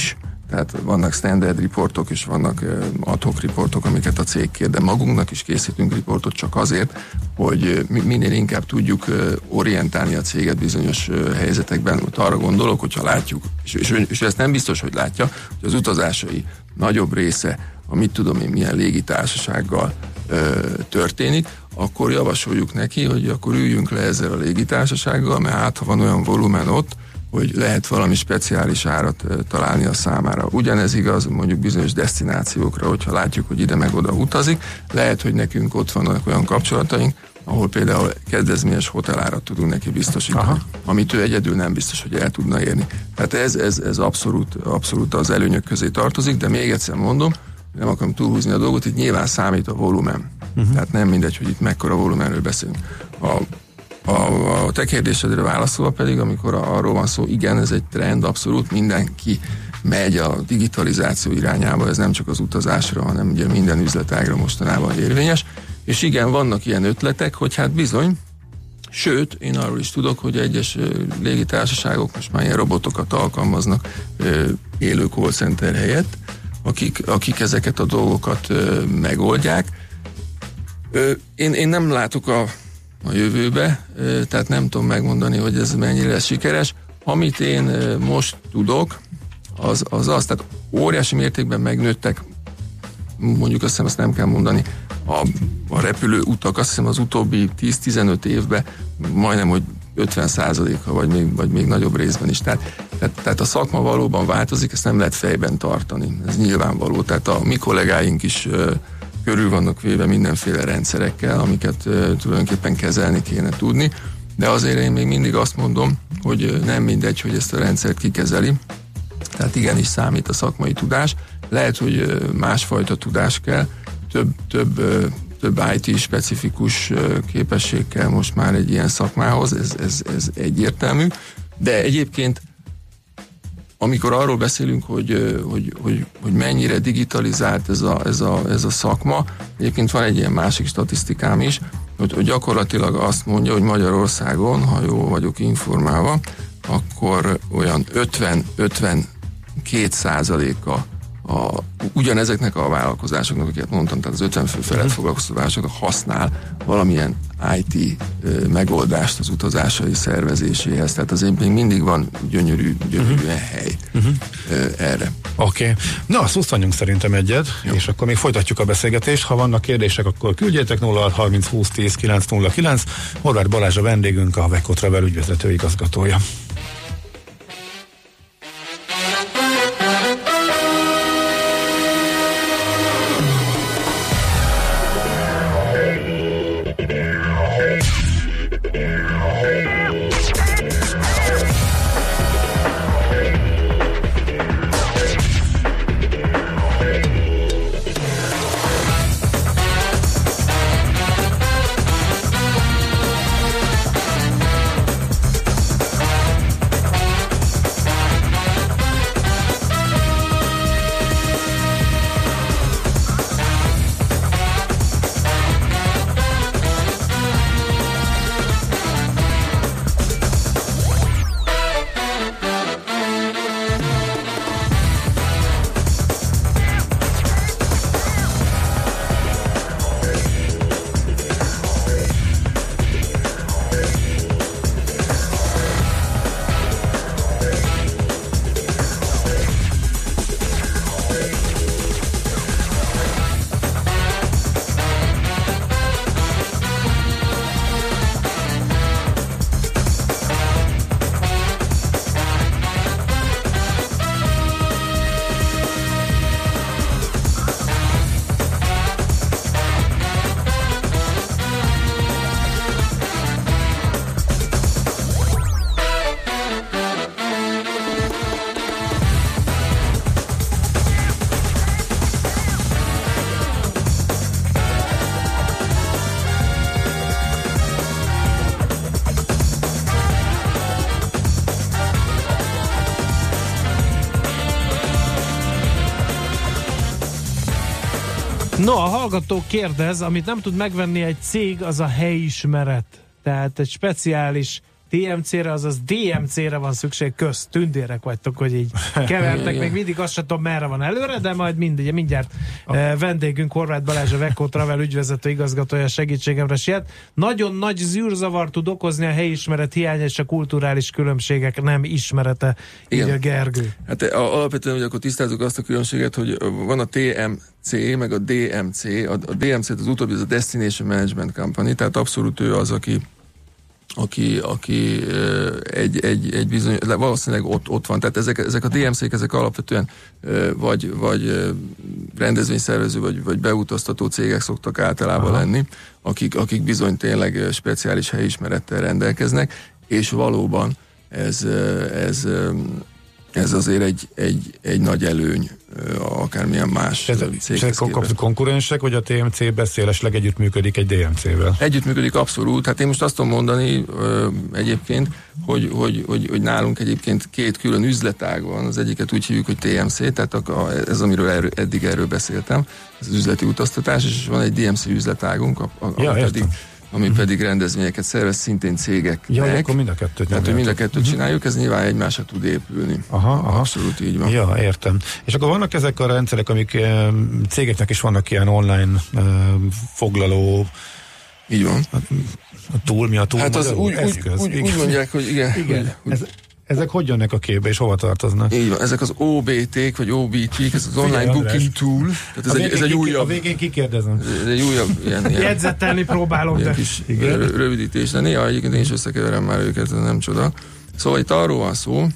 Tehát vannak standard riportok, és vannak ad hoc riportok, amiket a cég kér, de magunknak is készítünk riportot csak azért, hogy minél inkább tudjuk orientálni a céget bizonyos helyzetekben. Ott arra gondolok, hogyha látjuk, és, és, és ezt nem biztos, hogy látja, hogy az utazásai nagyobb része, a mit tudom én, milyen légitársasággal ö, történik, akkor javasoljuk neki, hogy akkor üljünk le ezzel a légitársasággal, mert hát ha van olyan volumen ott, hogy lehet valami speciális árat ö, találni a számára. Ugyanez igaz mondjuk bizonyos desztinációkra, hogyha látjuk, hogy ide meg oda utazik, lehet, hogy nekünk ott vannak olyan kapcsolataink, ahol például kedvezményes hotelárat tudunk neki biztosítani, aha, amit ő egyedül nem biztos, hogy el tudna érni. Tehát ez, ez, ez abszolút, abszolút az előnyök közé tartozik, de még egyszer mondom, nem akarom túlhúzni a dolgot, itt nyilván számít a volumen. Uh-huh. Tehát nem mindegy, hogy itt mekkora volumenről beszélünk. A, a, a te kérdésedre válaszolva pedig, amikor arról van szó, igen, ez egy trend, abszolút mindenki megy a digitalizáció irányába, ez nem csak az utazásra, hanem ugye minden üzletágra mostanában érvényes, és igen, vannak ilyen ötletek, hogy hát bizony, sőt, én arról is tudok, hogy egyes uh, légitársaságok most már ilyen robotokat alkalmaznak uh, élő call center helyett, akik, akik ezeket a dolgokat uh, megoldják. Uh, én, én nem látok a, a jövőbe, uh, tehát nem tudom megmondani, hogy ez mennyire lesz sikeres. Amit én uh, most tudok, az, az az, tehát óriási mértékben megnőttek, mondjuk azt hiszem, azt nem kell mondani, a, a repülő utak, azt hiszem az utóbbi tíz-tizenöt évben majdnem, hogy ötven százaléka, vagy még, vagy még nagyobb részben is. Tehát, tehát, tehát a szakma valóban változik, ezt nem lehet fejben tartani. Ez nyilvánvaló. Tehát a mi kollégáink is uh, körül vannak véve mindenféle rendszerekkel, amiket uh, tulajdonképpen kezelni kéne tudni, de azért én még mindig azt mondom, hogy uh, nem mindegy, hogy ezt a rendszert kikezeli. Tehát igenis számít a szakmai tudás. Lehet, hogy uh, másfajta tudás kell, több, több, uh, több i té specifikus uh, képesség kell most már egy ilyen szakmához, ez, ez, ez egyértelmű, de egyébként amikor arról beszélünk, hogy, hogy, hogy, hogy mennyire digitalizált ez a, ez, a, ez a szakma, egyébként van egy ilyen másik statisztikám is, hogy, hogy gyakorlatilag azt mondja, hogy Magyarországon, ha jól vagyok informálva, akkor olyan ötven-ötvenkét százaléka a, ugyanezeknek a vállalkozásoknak, akiket mondtam, tehát az ötven fő felett foglalkoztató vállalkozásoknak használ valamilyen i té uh, megoldást az utazásai szervezéséhez. Tehát azért még mindig van gyönyörű, gyönyörű uh-huh. hely uh-huh. uh, erre. Oké. Okay. Na, szusztanjunk szerintem egyet, jó, és akkor még folytatjuk a beszélgetést. Ha vannak kérdések, akkor küldjétek nulla hat harminc húsz tíz kilenc nulla kilenc. Horváth Balázs a vendégünk, a Veko Travel ügyvezető igazgatója. No, a hallgató kérdez, amit nem tud megvenni egy cég, az a helyismeret. Tehát egy speciális té em cére, azaz dé em cére van szükség, köz, tündérek vagytok, hogy így kevertek, még mindig azt sem tudom, merre van előre, de majd mindegy, mindjárt eh, vendégünk Horváth Balázs, a Vekko Travel ügyvezető igazgatója segítségemre siet. Nagyon nagy zűrzavar tud okozni a helyismeret hiánya és a kulturális különbségek nem ismerete, így a Gergő. Hát alapvetően, hogy akkor tisztázzuk azt a különbséget, hogy van a té em cé, meg a dé em cé. A, a dé em cé az utóbbi, az a Destination Management Company, tehát abszolút ő az, aki aki, aki egy, egy, egy bizony, valószínűleg ott, ott van. Tehát ezek, ezek a dé em cék, ezek alapvetően vagy, vagy rendezvényszervező, vagy, vagy beutaztató cégek szoktak általában Aha. lenni, akik, akik bizony tényleg speciális helyismerettel rendelkeznek, és valóban ez, ez, ez azért egy, egy, egy nagy előny akármilyen más céghez képest. Konkurensek, vagy a té em cé beszélesleg együttműködik egy dé em cével? Együttműködik abszolút. Hát én most azt tudom mondani ö, egyébként, hogy, hogy, hogy, hogy nálunk egyébként két külön üzletág van. Az egyiket úgy hívjuk, hogy té em cé, tehát a, ez, amiről erről, eddig erről beszéltem, ez az üzleti utaztatás, és van egy dé em cé üzletágunk, a, a, ja, pedig ami uh-huh. pedig rendezvényeket szervez szintén cégeknek. Ja, akkor mind a kettőt. Tehát, hogy mind a kettőt uh-huh. csináljuk, ez nyilván egymásra tud épülni. Aha, aha. Abszolút így van. Ja, értem. És akkor vannak ezek a rendszerek, amik e, cégeknek is vannak ilyen online e, foglaló. Így van. A, a túl, mi a túl? Hát az úgy, úgy, úgy, úgy mondják, hogy igen. igen. Úgy, ez, ezek hogy jönnek a képbe, és hova tartoznak? Így van, ezek az o bé té-k, vagy o bé té-k, ez az online booking tool. Tehát ez, egy, ez egy újabb... A végén kikérdezem. Ez egy újabb ilyen... ilyen jegyzetelni próbálom, de... kis rövidítés, de néha egyébként én is összekeverem már őket, ez nem csoda. Szóval itt arról van szó,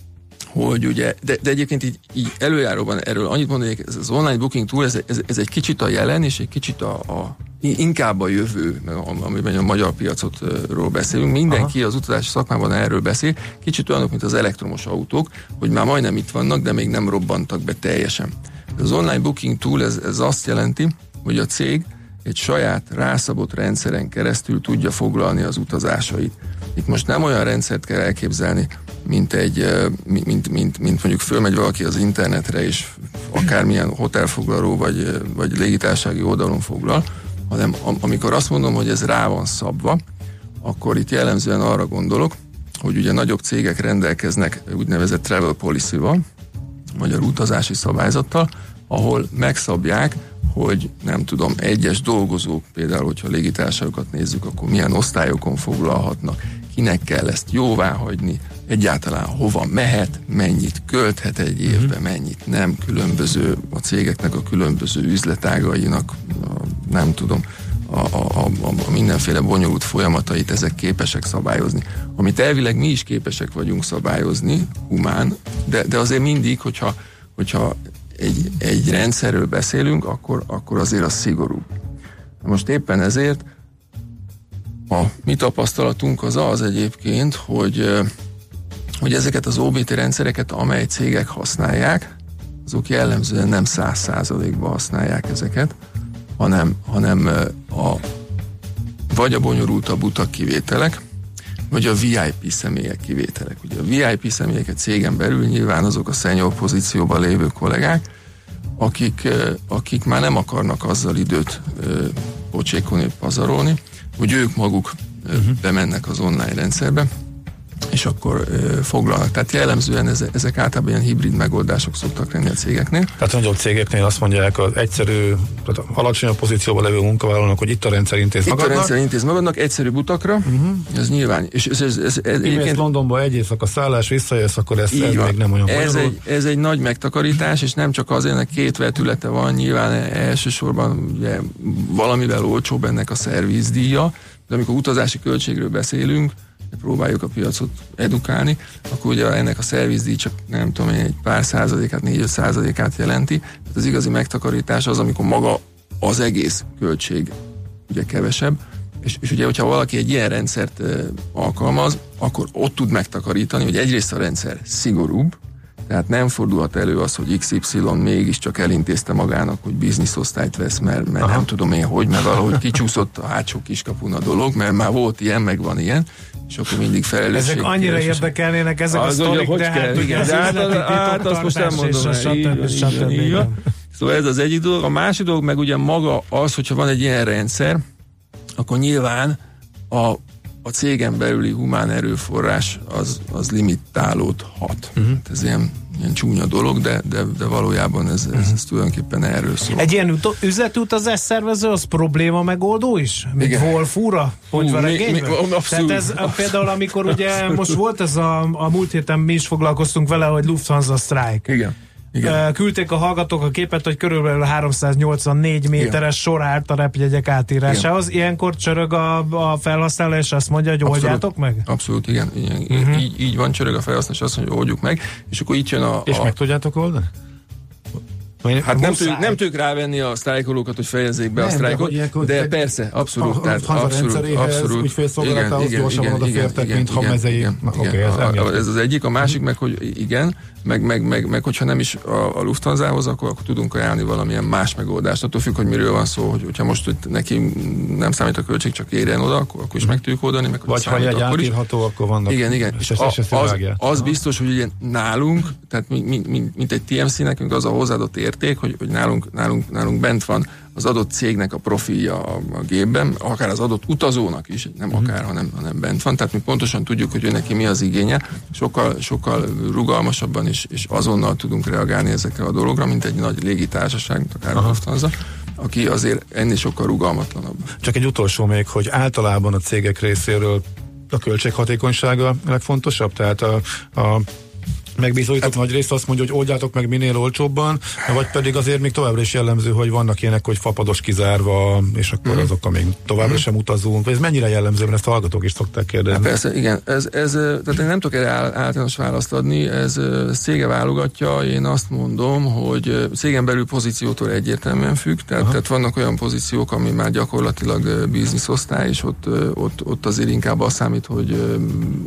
hogy ugye, de, de egyébként így, így előjáróban erről annyit mondanék, ez az online booking tool, ez, ez, ez egy kicsit a jelen, és egy kicsit a, a inkább a jövő, amiben a magyar piacotról beszélünk. Mindenki Aha. az utazási szakmában erről beszél. Kicsit olyanok, mint az elektromos autók, hogy már majdnem itt vannak, de még nem robbantak be teljesen. Az online booking tool, ez, ez azt jelenti, hogy a cég egy saját rászabott rendszeren keresztül tudja foglalni az utazásait. Itt most nem olyan rendszert kell elképzelni, mint egy, mint, mint, mint, mint mondjuk fölmegy valaki az internetre, és akármilyen hotelfoglaló, vagy, vagy légitársasági oldalon foglal, hanem amikor azt mondom, hogy ez rá van szabva, akkor itt jellemzően arra gondolok, hogy ugye nagyobb cégek rendelkeznek úgynevezett travel policy-val, magyar utazási szabályzattal, ahol megszabják, hogy nem tudom, egyes dolgozók, például, hogyha légitársaságokat nézzük, akkor milyen osztályokon foglalhatnak, kinek kell ezt jóvá hagyni, egyáltalán hova mehet, mennyit költhet egy évben, mennyit nem, különböző a cégeknek a különböző üzletágainak, a, nem tudom, a, a, a, a mindenféle bonyolult folyamatait ezek képesek szabályozni. Amit elvileg mi is képesek vagyunk szabályozni, humán, de, de azért mindig, hogyha, hogyha egy, egy rendszerről beszélünk, akkor, akkor azért az szigorú. Most éppen ezért a mi tapasztalatunk az az egyébként, hogy, hogy ezeket az o bé té rendszereket, amely cégek használják, azok jellemzően nem száz százalékban használják ezeket, hanem, hanem a, vagy a bonyolultabb utak kivételek, vagy a vé i pé személyek kivételek. Ugye a vé i pé személyeket cégen belül nyilván azok a senior pozícióban lévő kollégák, akik, akik már nem akarnak azzal időt pocsékolni, pazarolni, hogy ők maguk uh-huh. bemennek az online rendszerbe, és akkor ö, foglalnak. Tehát jellemzően ezek, ezek általában ilyen hibrid megoldások szoktak lenni a cégeknél. Tehát nagyobb cégeknél azt mondják az egyszerű, tehát alacsonyabb pozícióban levő munkavállalónak, hogy itt a rendszer intéz itt magadnak. Itt a rendszer intéz magadnak, egyszerűbb utakra, uh-huh. ez nyilván. És ez, ez, ez, ez egyébként Londonba egy éjszaka szállás, visszajössz, akkor ez, ez még nem olyan ez egy, ez egy nagy megtakarítás, és nem csak azért, hogy két vetülete van, nyilván elsősorban ugye, valamivel olcsóbb ennek a szervizdíja, de amikor utazási költségről beszélünk, próbáljuk a piacot edukálni, akkor ugye ennek a szervizdíj csak nem tudom én, egy pár százalékát, négy-öt százalékát jelenti. Tehát az igazi megtakarítás az, amikor maga az egész költség ugye kevesebb, és, és ugye, hogyha valaki egy ilyen rendszert uh, alkalmaz, akkor ott tud megtakarítani, hogy egyrészt a rendszer szigorúbb, tehát nem fordulhat elő az, hogy iksz ipszilon mégiscsak elintézte magának, hogy bizniszosztályt vesz, mert, mert nem tudom én hogy, mert valahogy kicsúszott a hátsó kiskapun a dolog, mert már volt ilyen, meg van ilyen, és akkor mindig felelősség. Ezek annyira érdekelnének, ezek az a sztorik, de hát ugye az hát azt most nem mondom, szóval ez az egyik dolog. A másik dolog meg ugye maga az, hogyha van egy ilyen rendszer, akkor nyilván a a cégen belüli humán erőforrás az, az limitálódhat. Uh-huh. Ez ilyen, ilyen csúnya dolog, de, de, de valójában ez, ez, ez tulajdonképpen erről szól. Egy ilyen ut- üzleti utazás szervező, az probléma megoldó is? Mint Wolf úra? Hogy van Tehát ez például, amikor ugye most volt ez a, a múlt héten mi is foglalkoztunk vele, hogy Lufthansa sztrájk. Igen. Igen. Küldték a hallgatók a képet, hogy körülbelül háromszáznyolcvannégy méteres sor állt a repjegyek átírásához. Igen. Ilyenkor csörög a, a felhasználó, és azt mondja, hogy abszolút, oldjátok meg? Abszolút, igen. igen. Uh-huh. Így, így van, csörög a felhasználó, és azt mondja, hogy oldjuk meg. És akkor itt jön a... És a... meg tudjátok oldani? Hát nem tudjuk, nem tudjuk rávenni a sztrájkolókat, hogy fejezzék be nem, a sztrájkot, de, ilyenkor, de persze, abszolút. A, tehát abszolút, abszolút. Ügyfélszolgálatához gyorsabban odafértek, mint ha mezei. Okay, ez, a, ez az egyik, a másik meg, hogy igen, meg, meg, meg, meg hogyha nem is a, a Lufthansához, akkor, akkor tudunk ajánlani valamilyen más megoldást. Attól függ, hogy miről van szó, hogy, hogyha most hogy neki nem számít a költség, csak érjen oda, akkor, akkor is meg tudjuk oldani. Meg, vagy ha egy átírható, akkor vannak. Igen, igen. És az, az, az biztos, hogy ugye nálunk, tehát mint, mint, mint egy té em cé nekünk az a hozzáadott érték, hogy, hogy nálunk, nálunk, nálunk bent van az adott cégnek a profilja a, a gépben, akár az adott utazónak is, nem uh-huh. akár, hanem, hanem bent van. Tehát mi pontosan tudjuk, hogy ő neki mi az igénye, sokkal, sokkal rugalmasabban is, és azonnal tudunk reagálni ezekre a dologra, mint egy nagy légitársaság, mint akár a Lufthansa, aki azért ennél sokkal rugalmatlanabb. Csak egy utolsó még, hogy általában a cégek részéről a költséghatékonysága a legfontosabb, tehát a, a megbízóitok hát, nagy részt azt mondja, hogy oldjátok meg minél olcsóbban, vagy pedig azért még továbbra is jellemző, hogy vannak ilyenek, hogy fapados kizárva, és akkor mm. azokkal még továbbra mm. sem utazunk. Ez mennyire jellemző, mert ezt a hallgatók is szokták kérdezni. Hát persze, igen. Ez, ez, tehát én nem tudok erre általános választ adni, ez cége válogatja, én azt mondom, hogy cégen belül pozíciótól egyértelműen függ, tehát, tehát vannak olyan pozíciók, ami már gyakorlatilag bizniszosztály, és ott, ott, ott azért inkább azt számít, hogy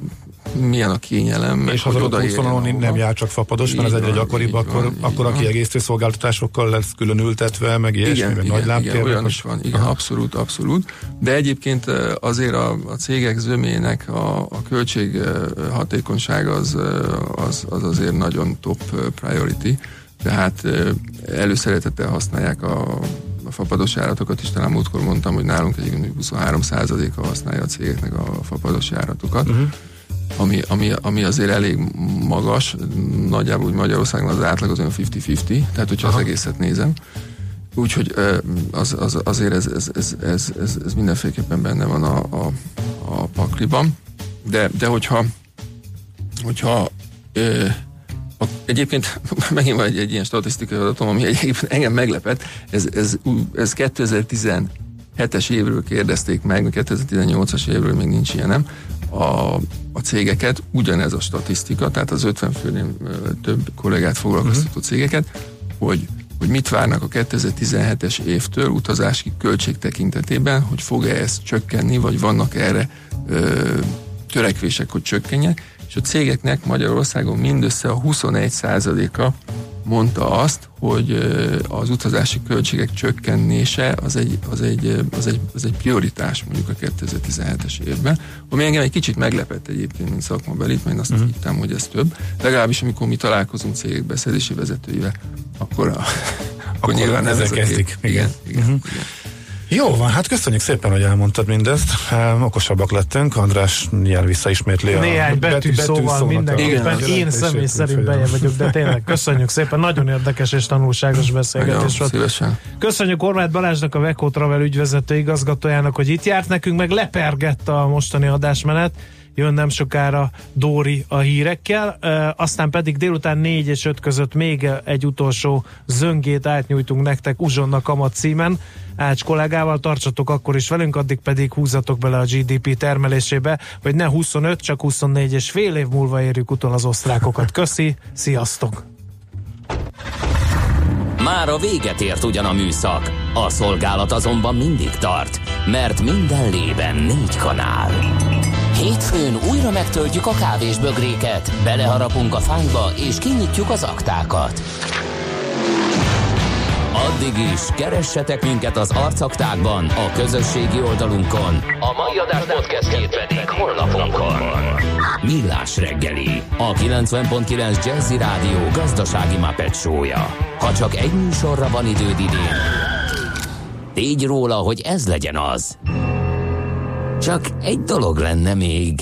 milyen a kényelem. És ha az adott útvonalon nem jár csak fapados, mert ez egyre gyakoribb, akkor, van, akkor a kiegészítő szolgáltatásokkal lesz külön ültetve, meg ilyesmi, igen, meg igen, nagy lábtérnek. Igen, olyan is van, igen, abszolút, abszolút. De egyébként azért a, a cégek zömének a, a költség hatékonyság az, az, az azért nagyon top priority, tehát előszeretettel használják a a fapados járatokat is, talán múltkor mondtam, hogy nálunk egyébként huszonhárom százaléka használja a cégeknek a fapados járatokat. Uh-huh. Ami, ami, ami azért elég magas, nagyjából úgy Magyarországon az átlag az olyan fifty-fifty, tehát hogyha Aha. az egészet nézem. Úgyhogy az, az, azért ez, ez, ez, ez, ez, ez mindenféleképpen benne van a, a, a pakliban. De, de hogyha hogyha ö, a, egyébként megint van egy, egy ilyen statisztikai adatom, ami egyébként engem meglepett, ez, ez, ez kétezer-tizenhetes évről kérdezték meg, kétezer-tizennyolcas évről még nincs ilyenem, a, a cégeket, ugyanez a statisztika, tehát az ötven főnél több kollégát foglalkoztató uh-huh. cégeket, hogy, hogy mit várnak a kétezer-tizenhetes évtől utazási költség tekintetében, hogy fog-e ez csökkenni, vagy vannak erre ö, törekvések, hogy csökkenjen, és a cégeknek Magyarországon mindössze a huszonegy százaléka mondta azt, hogy az utazási költségek csökkenése az egy, az egy, az egy, az egy prioritás mondjuk a kétezer-tizenhetes évben, ami engem egy kicsit meglepett egyébként, mint szakmabelit, mert én azt uh-huh. hittem, hogy ez több. Legalábbis amikor mi találkozunk cégek beszélési vezetőivel, akkor, a, akkor, akkor nyilván nem ez kezdik. Igen, igen, igen, uh-huh. igen. Jó van, hát köszönjük szépen, hogy elmondtad mindezt. Okosabbak lettünk, András ilyen visszaismétli a néhány betű, betű szóval mindenképpen. Én személy szerint beje vagyok, de tényleg köszönjük szépen, nagyon érdekes és tanulságos beszélgetés volt. Szívesen. Köszönjük Horváth Balázsnak, a Veko Travel ügyvezető igazgatójának, hogy itt járt nekünk, meg lepergett a mostani adásmenet. Jön nem sokára Dóri a hírekkel, e, aztán pedig délután négy és öt között még egy utolsó zöngét átnyújtunk nektek Uzsonna Kamat címen. Ács kollégával, tartsatok akkor is velünk, addig pedig húzzatok bele a gé dé pé termelésébe, hogy ne huszonöt, csak huszonnégy és fél év múlva érjük utol az osztrákokat. Köszi, sziasztok! Már a véget ért ugyan a műszak, a szolgálat azonban mindig tart, mert minden lében négy kanál. Hétfőn újra megtöltjük a kávésbögréket, beleharapunk a fányba és kinyitjuk az aktákat. Addig is keressetek minket az arcaktákban, a közösségi oldalunkon, a mai adás podcastjét pedig honlapunkon. Millás reggeli, a kilencven pont kilenc Jazzy Rádió gazdasági Muppet show-ja. Ha csak egy műsorra van időd idén, tégy róla, hogy ez legyen az. Csak egy dolog lenne még.